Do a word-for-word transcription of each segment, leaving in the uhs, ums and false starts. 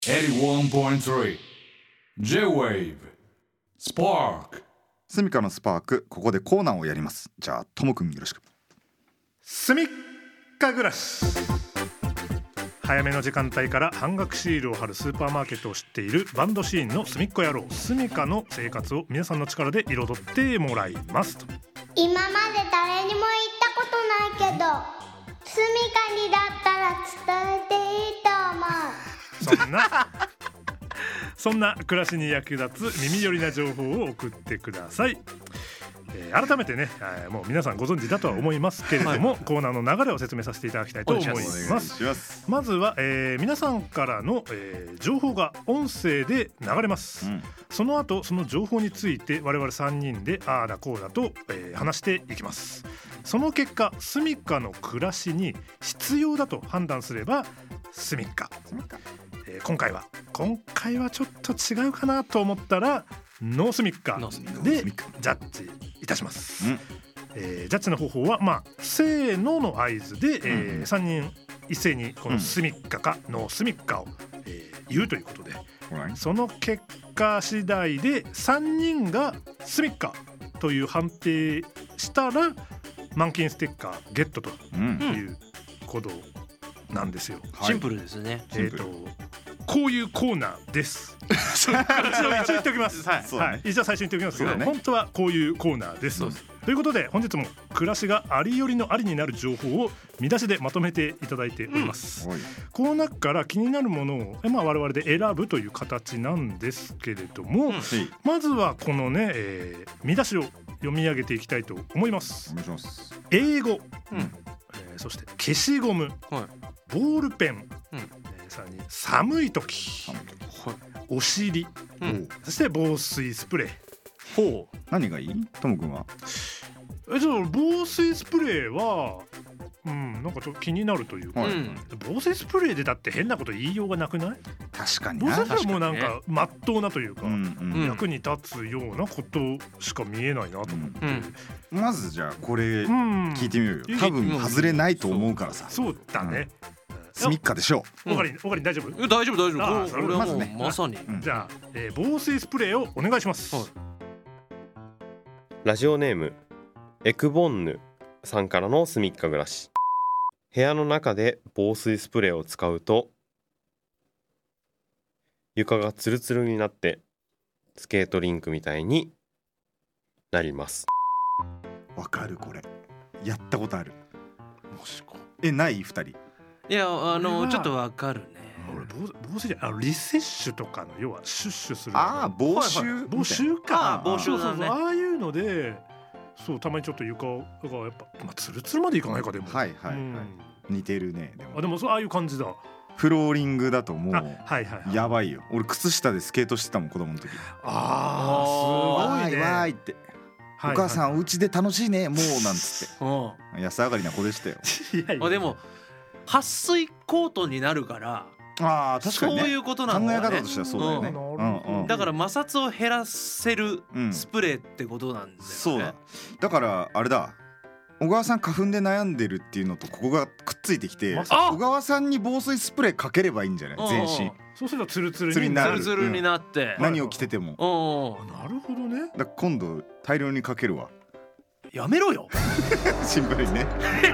エイティワンポイントスリー J-Wave Spark スミカのスパーク、ここでコーナーをやります。じゃあともくんよろしく。 スミッカ暮らし。早めの時間帯から半額シールを貼るスーパーマーケットを知っているバンドシーンのすみっこ野郎スミカの生活を皆さんの力で彩ってもらいますと。 今まで誰にも言ったことないけどスミカにだったら伝えていいと思う。 そんなそんな暮らしに役立つ耳寄りな情報を送ってください。えー、改めてね、えー、もう皆さんご存知だとは思いますけれども、はい、コーナーの流れを説明させていただきたいと思います。 ますまずは、えー、皆さんからの、えー、情報が音声で流れます、うん、その後その情報について我々さんにんでああだこうだと、えー、話していきます。その結果スミカの暮らしに必要だと判断すればスミカ、えー、今回は今回はちょっと違うかなと思ったらノースミッカでジャッジいたします、うんえー、ジャッジの方法は、まあ、せーのの合図で、えーうん、さんにん一斉にこのスミッカかノースミッカを、えー、言うということで、うん、その結果次第でさんにんがスミッカという判定したら満金ステッカーゲットということなんですよ、 うん、シンプルですね。 えーとこういうコーナーです一応言っておきます、はいはい、一応最初に言っておきますけど、ね、本当はこういうコーナーです。ということで本日も暮らしがありよりのありになる情報を見出しでまとめていただいております、うん、この中から気になるものを、まあ、我々で選ぶという形なんですけれども、うん、まずはこのね、えー、見出しを読み上げていきたいと思います。 お願いします。 英語、うんえー、そして消しゴム、はい、ボールペン、うんさらに寒い時、はい、お尻、うん、そして防水スプレー。 ほう、何がいい？ともくんはえちょっと防水スプレーはうんなんかちょっと気になるというか、うん、防水スプレーでだって変なこと言いようがなくない？ 確かに防水スプレーもなんかまっとうなというか、うんうん、役に立つようなことしか見えないなと思って、うんうん、まずじゃあこれ聞いてみようよ、うん、多分外れないと思うからさ。 そうだね、うんスミッカでしょう。 おかりん、おかりん大丈夫？ 大丈夫大丈夫。 これはもうまさに。じゃあ、えー、防水スプレーをお願いします。はい、 ラジオネームエクボンヌさんからのスミッカ暮らし。部屋の中で防水スプレーを使うと床がツルツルになってスケートリンクみたいになります。 わかるこれ。やったことある。もしこえないふたり。 いやあのちょっとわかるね。 俺防水じゃあのリセッシュとかの要はシュッシュするああ防臭、はいはい、 防臭かあ防臭だね。 ああいうのでそうたまにちょっと床がやっぱ、まあ、ツルツルまでいかないかでもはいはいはい、うん、似てるね。 でもあでもそうああいう感じだ。 フローリングだともう、はいはいはい、 やばいよ。俺靴下でスケートしてたもん子供の時。 ああすごいね。 わーいって、はいはい、お母さんお家で楽しいねもうなんつって安上がりな子でしたよ。 いやいやあでも撥水コートになるからあ確かに、ね、 そういうことなんだよね。 考え方としてはそうだよね、うんうんうん、だから摩擦を減らせるスプレーってことなんだよね、うん、 そうだ。だからあれだ小川さん花粉で悩んでるっていうのとここがくっついてきて小川さんに防水スプレーかければいいんじゃない全身。 そうするとツルツルになる。 ツルツルになって、 うん、何を着てても。 なるほどね。 だから今度大量にかけるわ。 やめろよシンプルにね。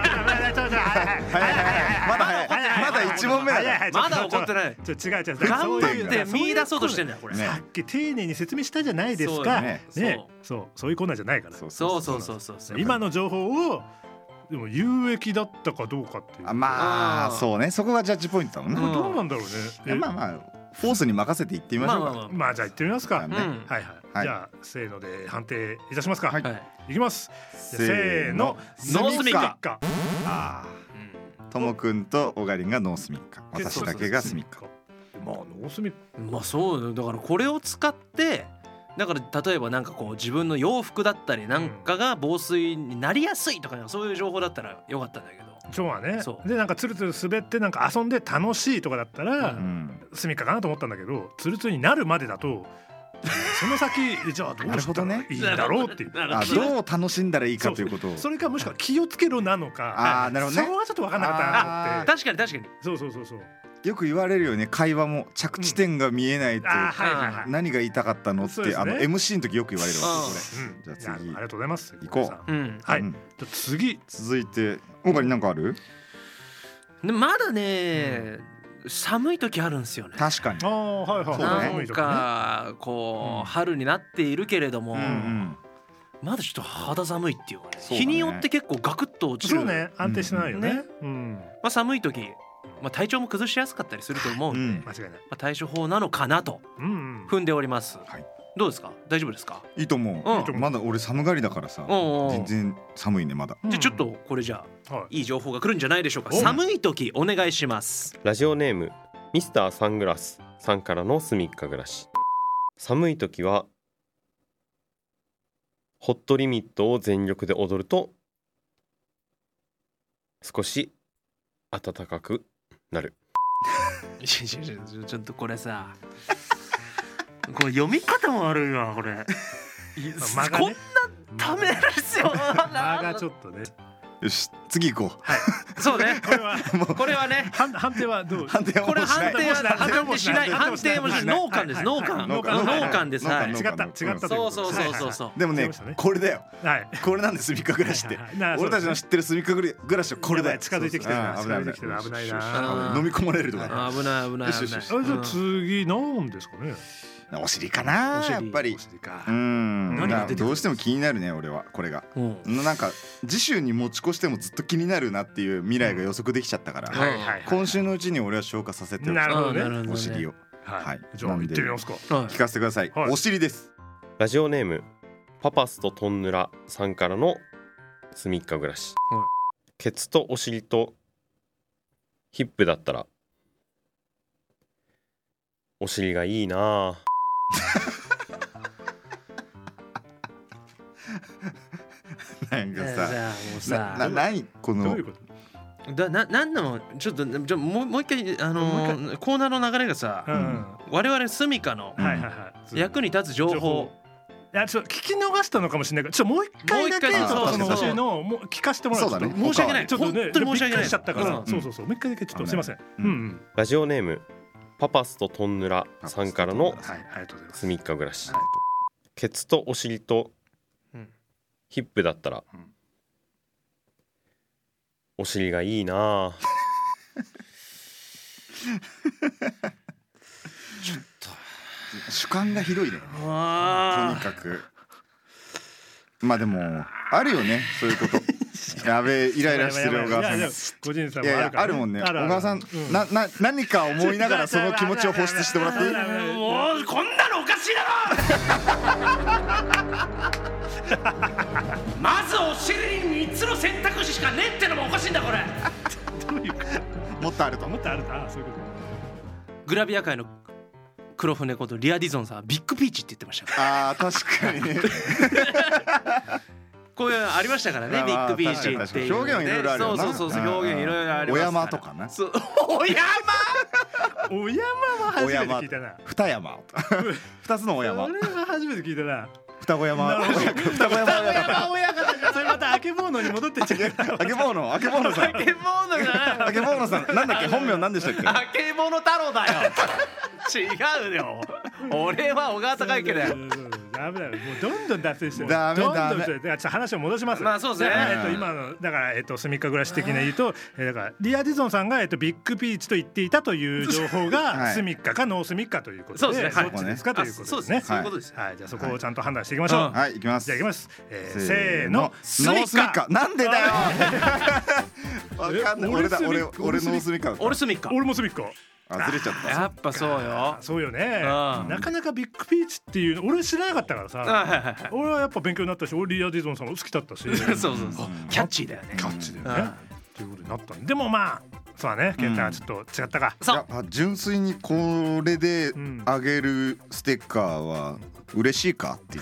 まだ早いまだいち問目だからまだ怒ってない。 ちょ違う違う頑張って見出そうとしてんだよこれ。 さっき丁寧に説明したじゃないですかね。そうそういうコーナーじゃないから。 そうそうそうそうそう今の情報をでも有益だったかどうかっていう。 まあそうねそこがジャッジポイントだもんね。 どうなんだろうね。 まあまあフォースに任せていってみましょうか。 まあじゃあいってみますか。はいはいじゃあせーので判定いたしますか。いきます。せーのノースミッカ。 ああともくんとオガリンがノースミッカ、私だけがスミッカ。 まあノースミッカまあそうだからこれを使ってだから例えばなんかこう自分の洋服だったりなんかが防水になりやすいとかそういう情報だったらよかったんだけど。 今日はねでなんかツルツル滑ってなんか遊んで楽しいとかだったら、うん、スミッカかなと思ったんだけどツルツルになるまでだとその先じゃあどうしたらいいんだろうっていう、 あどう楽しんだらいいかということをそ, それかもしくは気をつけろなのかあなるほど、ね、 そこはちょっと分からなかったなと思って。 確かに確かにそうそうそうそうよく言われるよね、会話も着地点が見えないと、 うん、あはいはいはい、 何が言いたかったのって、 ね、 あの エムシー の時よく言われるわけ、 うん、 これ。じゃあ次ありがとうございます。 行こう、うん、はい、うん、じゃあ次続いて他に何かある？ まだね、うん、寒い時あるんですよね。 確かに。 ああはいはい、 なんかこう春になっているけれども、うんうん、まだちょっと肌寒いっていうかね、日によって結構ガクッと落ちる。 そうね、安定してないよね。ね、 うん、まあ寒い時、まあ、体調も崩しやすかったりすると思うんで、うん、間違いない、まあ、対処法なのかなと踏んでおります、うんうん、はい、どうですか？大丈夫ですか？ いいと思う、うん、まだ俺寒がりだからさ、うんうん、全然寒いねまだ。 じゃあちょっとこれじゃあ、はい、いい情報が来るんじゃないでしょうか。寒い時お願いします。 ラジオネームミスターサングラスさんからのすみっか暮らし。寒い時はホットリミットを全力で踊ると少し暖かくなる。 ちょっとこれさこれ読み方も悪いわこれ。間がね、こんなためですよ。 間がちょっとね。 よし次行こう。 はい。そうね。これはこれはね。 判定はどう？ 判定はこれ判定は判定しない。判定もしない。農家です。農家。農家です。はい。 違った違った。 そうそうそうそうそう。 でもねこれだよ。はい。これなんですみっか暮らしって。俺たちの知ってるすみっか暮らしはこれだよ。 近づいてきてる。近づいてきてる。危ないな。 飲み込まれるとか。 危ない危ない危ない。 じゃあ次なんですかね。 お尻かなやっぱり。うん。どうしても気になるね俺はこれが。なんか次週に持ち越してもずっと気になるなっていう未来が予測できちゃったから、今週のうちに俺は消化させておきたい。お尻を。はい。 じゃあ行ってみますか。 聞かせてください。お尻です。 ラジオネームパパスとトンヌラさんからのすみっか暮らし。ケツとお尻とヒップだったらお尻がいいな。 なんかさ、な、な、何この。 どういうこと？ だ、な、なんの、ちょっと、じゃ、もう、もう一回、あのー、コーナーの流れがさ。うん、我々スミカの役に立つ情報。 いや、ちょっと聞き逃したのかもしれないから、ちょっともう一回だけ、ちょっとその教えの、もう聞かせてもらう。 そうだね。 申し訳ない。 ちょっとね、 本当に申し訳ない。 しちゃったから。そうそうそう、もう一回だけ、ちょっとすみません。うん。 ラジオネームパパスとトンヌラさんからのすみっか暮らし。ケツとお尻とヒップだったらお尻がいいな。 ちょっと主観がひどいね。とにかくまあでもあるよねそういうこと。やべえイライラしてる小川さん。 個人差もいやいやあるもんね。小川さんなな何か思いながらその気持ちを放出してもらっていい？ もうこんなのおかしいだろ。まずお尻にみっつの選択肢しかねえってのもおかしいんだこれ。 どういうか。 もっとあると。 もっとあると。ああそういうこと。 グラビア界の黒船ことリア・ディゾンさんはビッグピーチって言ってました。 ああ確かにね。 こういうのありましたからね、ビッグピーチっていう、ね、 表現いろいろあるよな。 そうそうそう表現いろいろありますから。 お山とかな。 お山お山は初めて聞いたな。 二山二つのお山。 それは初めて聞いたな。 双子山双子山親方。それまたあけぼうのに戻ってっちゃう。 あけぼうのあけぼうのさん。 あけぼうのじゃない。 あけぼうのさんなんだっけ本名なんでしたっけ。 あけぼの太郎だよ。違うよ。俺は小川隆之だよ。 ダメだよ。もうどんどん脱線してる。 ダメダメ。 ちょっと話を戻します。 まあそうですね。 えっと今のだからえっとすみっか暮らし的な言うと、だからリア・ディゾンさんがえっとビッグピーチと言っていたという情報がスミッカかノースミッカということで、どっちですかということですね。 そういうことです。 はい、じゃあそこをちゃんと判断していきましょう。 はい、いきます。 じゃあいきます。せーの、 ノースミッカ。なんでだよ。わかんない。俺だ俺俺ノースミッカ。 俺スミッカ。 俺もスミッカ。 あずれちゃった。 やっぱそうよ。 そうよね。なかなかビッグピーチっていう俺知らなかったからさ。俺はやっぱ勉強になったし、俺リア・ディゾンさんも好きだったし。 そうそうそう。キャッチーだよね。 キャッチーだよね。ということになったんでもまあそうだね。ケンタはちょっと違ったか。 そう。 純粋にこれであげるステッカーは嬉しいかっていう。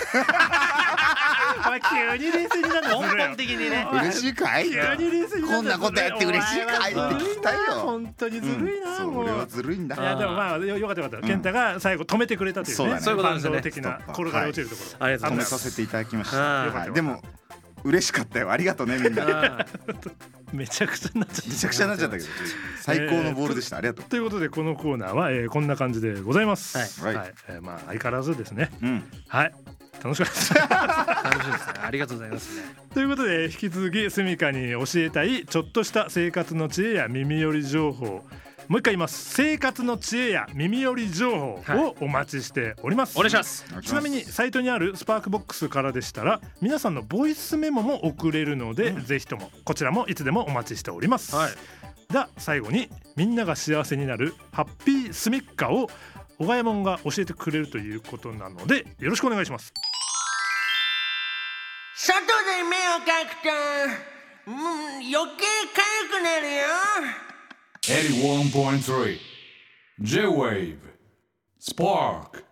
急に冷静になるの根本的にね。 嬉しいかい？ 急に冷静になる。 こんなことやって嬉しいかいって聞きたいよ。 本当にずるいな。 それはずるいんだ。 いやでもまあよかったよかった。ケンタが最後止めてくれたというね。 そういうことですね。 的な転がり落ちるところ。 ありがとうございます。 止めさせていただきました。でも嬉しかったよ。ありがとうねみんな。 めちゃくちゃになっちゃった。 めちゃくちゃになっちゃったけど最高のボールでした、えー、ありがとう。 ということでこのコーナーは、えー、こんな感じでございます。 はい、 はい、えー、まあ相変わらずですね、 うん、 はい楽しかったです楽しいですね。ありがとうございますね。 ということで引き続きスミカに教えたいちょっとした生活の知恵や耳寄り情報、もう一回言います。生活の知恵や耳寄り情報をお待ちしております、 はい、お願いします。 ちなみにサイトにあるスパークボックスからでしたら皆さんのボイスメモも送れるので、うん、ぜひともこちらもいつでもお待ちしております、はい、では最後にみんなが幸せになるハッピースミッカを小賀右衛門が教えてくれるということなのでよろしくお願いします。 外で目をかくと、うん、余計痒くなるよ。 エイティワンポイントスリー J-Wave Spark